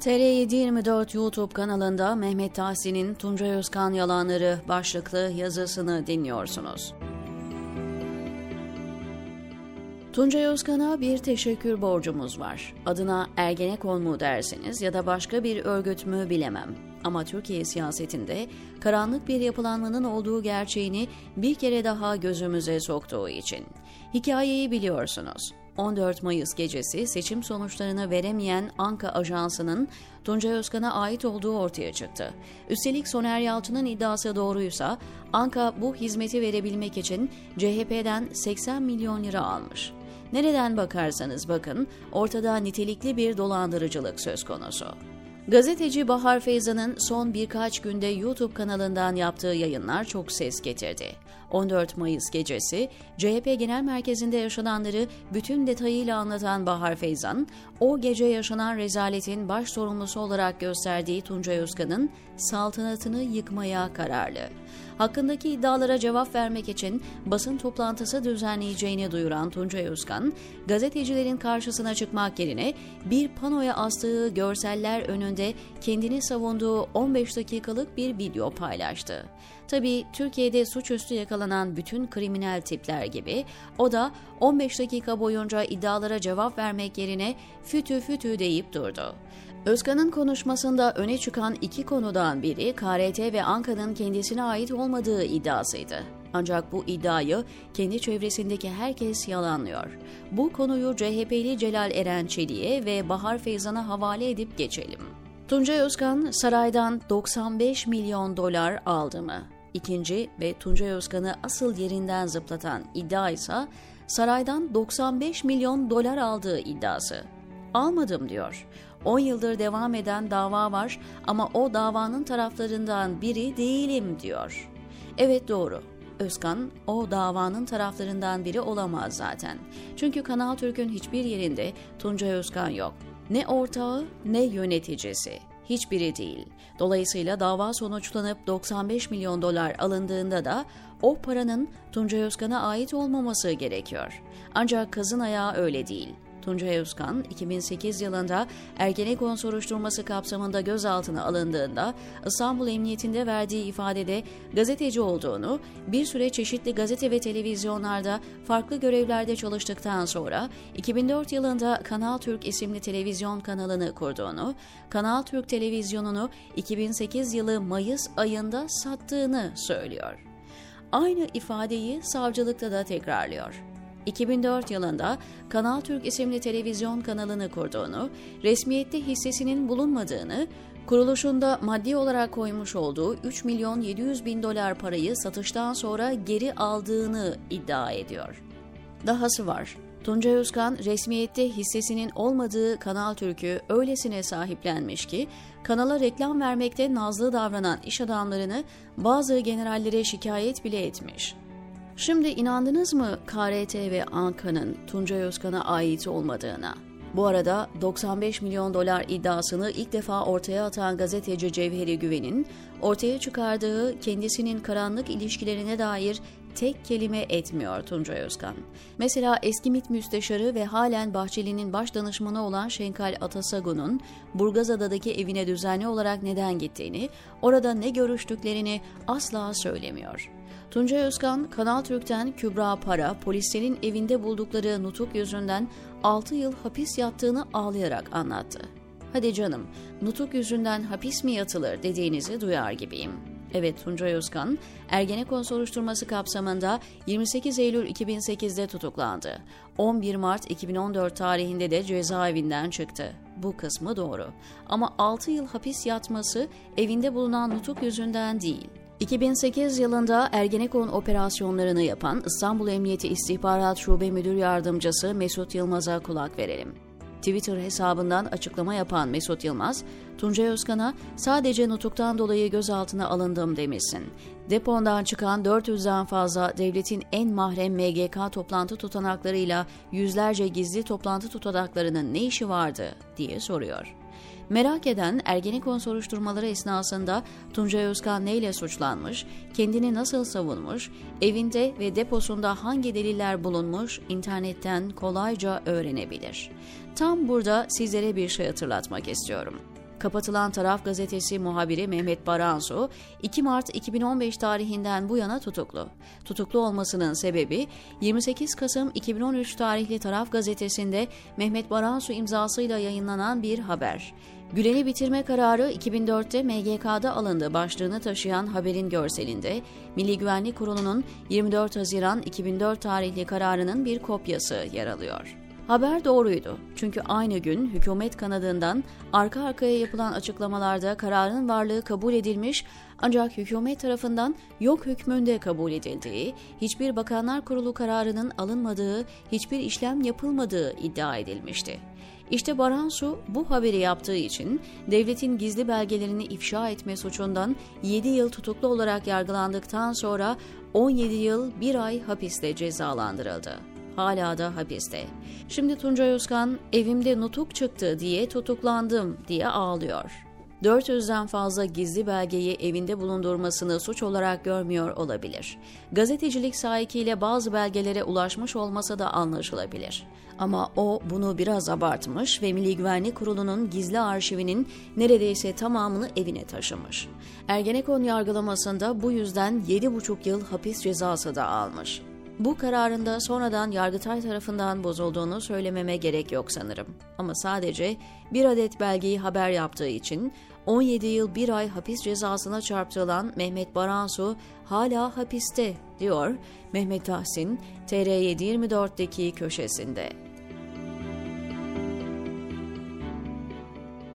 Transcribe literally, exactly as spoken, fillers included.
T R yedi yirmi dört YouTube kanalında Mehmet Tahsin'in Tuncay Özkan Yalanları başlıklı yazısını dinliyorsunuz. Tuncay Özkan'a bir teşekkür borcumuz var. Adına Ergenekon mu dersiniz ya da başka bir örgüt mü bilemem. Ama Türkiye siyasetinde karanlık bir yapılanmanın olduğu gerçeğini bir kere daha gözümüze soktuğu için. Hikayeyi biliyorsunuz. on dört Mayıs gecesi seçim sonuçlarını veremeyen Anka Ajansı'nın Tuncay Özkan'a ait olduğu ortaya çıktı. Üstelik Soner Yalçın'ın iddiası doğruysa Anka bu hizmeti verebilmek için C H P'den seksen milyon lira almış. Nereden bakarsanız bakın ortada nitelikli bir dolandırıcılık söz konusu. Gazeteci Bahar Feyza'nın son birkaç günde YouTube kanalından yaptığı yayınlar çok ses getirdi. on dört Mayıs gecesi C H P Genel Merkezi'nde yaşananları bütün detayıyla anlatan Bahar Feyzan, o gece yaşanan rezaletin baş sorumlusu olarak gösterdiği Tuncay Özkan'ın saltanatını yıkmaya kararlı. Hakkındaki iddialara cevap vermek için basın toplantısı düzenleyeceğini duyuran Tuncay Özkan, gazetecilerin karşısına çıkmak yerine bir panoya astığı görseller önünde kendini savunduğu on beş dakikalık bir video paylaştı. Tabii Türkiye'de suçüstü yakalanan bütün kriminal tipler gibi o da on beş dakika boyunca iddialara cevap vermek yerine fütü fütü deyip durdu. Özkan'ın konuşmasında öne çıkan iki konudan biri K R T ve Anka'nın kendisine ait olmadığı iddiasıydı. Ancak bu iddiayı kendi çevresindeki herkes yalanlıyor. Bu konuyu C H P'li Celal Eren Çelik'e ve Bahar Feyzan'a havale edip geçelim. Tuncay Özkan saraydan doksan beş milyon dolar aldı mı? İkinci ve Tuncay Özkan'ı asıl yerinden zıplatan iddia ise saraydan doksan beş milyon dolar aldığı iddiası. Almadım diyor. on yıldır devam eden dava var ama o davanın taraflarından biri değilim diyor. Evet doğru. Özkan o davanın taraflarından biri olamaz zaten. Çünkü Kanal Türk'ün hiçbir yerinde Tuncay Özkan yok. Ne ortağı ne yöneticisi. Hiçbiri değil. Dolayısıyla dava sonuçlanıp doksan beş milyon dolar alındığında da o paranın Tuncay Özkan'a ait olmaması gerekiyor. Ancak kazın ayağı öyle değil. Tuncay Özkan, iki bin sekiz yılında Ergenekon soruşturması kapsamında gözaltına alındığında İstanbul Emniyetinde verdiği ifadede gazeteci olduğunu, bir süre çeşitli gazete ve televizyonlarda farklı görevlerde çalıştıktan sonra iki bin dört yılında Kanal Türk isimli televizyon kanalını kurduğunu, Kanal Türk televizyonunu iki bin sekiz yılı Mayıs ayında sattığını söylüyor. Aynı ifadeyi savcılıkta da tekrarlıyor. iki bin dört yılında Kanal Türk isimli televizyon kanalını kurduğunu, resmiyette hissesinin bulunmadığını, kuruluşunda maddi olarak koymuş olduğu üç milyon yedi yüz bin dolar parayı satıştan sonra geri aldığını iddia ediyor. Dahası var. Tuncay Özkan resmiyette hissesinin olmadığı Kanal Türk'ü öylesine sahiplenmiş ki kanala reklam vermekte nazlı davranan iş adamlarını bazı generallere şikayet bile etmiş. Şimdi inandınız mı K R T ve Anka'nın Tuncay Özkan'a ait olmadığına? Bu arada doksan beş milyon dolar iddiasını ilk defa ortaya atan gazeteci Cevheri Güven'in ortaya çıkardığı kendisinin karanlık ilişkilerine dair tek kelime etmiyor Tuncay Özkan. Mesela eski MİT müsteşarı ve halen Bahçeli'nin baş danışmanı olan Şenkal Atasagun'un Burgazada'daki evine düzenli olarak neden gittiğini, orada ne görüştüklerini asla söylemiyor. Tuncay Özkan, Kanal Türk'ten Kübra Para, polislerin evinde buldukları nutuk yüzünden altı yıl hapis yattığını ağlayarak anlattı. Hadi canım, nutuk yüzünden hapis mi yatılır dediğinizi duyar gibiyim. Evet, Tuncay Özkan, Ergenekon soruşturması kapsamında yirmi sekiz Eylül iki bin sekizde tutuklandı. on bir Mart iki bin on dört tarihinde de cezaevinden çıktı. Bu kısmı doğru. Ama altı yıl hapis yatması evinde bulunan nutuk yüzünden değil. iki bin sekiz yılında Ergenekon operasyonlarını yapan İstanbul Emniyeti İstihbarat Şube Müdür Yardımcısı Mesut Yılmaz'a kulak verelim. Twitter hesabından açıklama yapan Mesut Yılmaz, Tuncay Özkan'a sadece nutuktan dolayı gözaltına alındım demişsin. Depondan çıkan dört yüzden fazla devletin en mahrem M G K toplantı tutanaklarıyla yüzlerce gizli toplantı tutanaklarının ne işi vardı diye soruyor. Merak eden Ergenekon soruşturmaları esnasında Tuncay Özkan neyle suçlanmış, kendini nasıl savunmuş, evinde ve deposunda hangi deliller bulunmuş internetten kolayca öğrenebilir. Tam burada sizlere bir şey hatırlatmak istiyorum. Kapatılan Taraf Gazetesi muhabiri Mehmet Baransu, iki Mart iki bin on beş tarihinden bu yana tutuklu. Tutuklu olmasının sebebi, yirmi sekiz Kasım iki bin on üç tarihli Taraf Gazetesi'nde Mehmet Baransu imzasıyla yayınlanan bir haber. Gülen'i bitirme kararı iki bin dörtte M G K'da alındı başlığını taşıyan haberin görselinde, Milli Güvenlik Kurulu'nun yirmi dört Haziran iki bin dört tarihli kararının bir kopyası yer alıyor. Haber doğruydu. Çünkü aynı gün hükümet kanadından arka arkaya yapılan açıklamalarda kararın varlığı kabul edilmiş, ancak hükümet tarafından yok hükmünde kabul edildiği, hiçbir Bakanlar Kurulu kararının alınmadığı, hiçbir işlem yapılmadığı iddia edilmişti. İşte Baransu bu haberi yaptığı için devletin gizli belgelerini ifşa etme suçundan yedi yıl tutuklu olarak yargılandıktan sonra on yedi yıl bir ay hapiste cezalandırıldı. Hala da hapiste. Şimdi Tuncay Özkan evimde nutuk çıktı diye tutuklandım diye ağlıyor. dört yüzden fazla gizli belgeyi evinde bulundurmasını suç olarak görmüyor olabilir. Gazetecilik sahikiyle bazı belgelere ulaşmış olmasa da anlaşılabilir. Ama o bunu biraz abartmış ve Milli Güvenlik Kurulu'nun gizli arşivinin neredeyse tamamını evine taşımış. Ergenekon yargılamasında bu yüzden yedi buçuk yıl hapis cezası da almış. Bu kararında sonradan Yargıtay tarafından bozulduğunu söylememe gerek yok sanırım. Ama sadece bir adet belgeyi haber yaptığı için on yedi yıl bir ay hapis cezasına çarptırılan Mehmet Baransu hala hapiste, diyor Mehmet Tahsin T R yedi yirmi dörtteki köşesinde.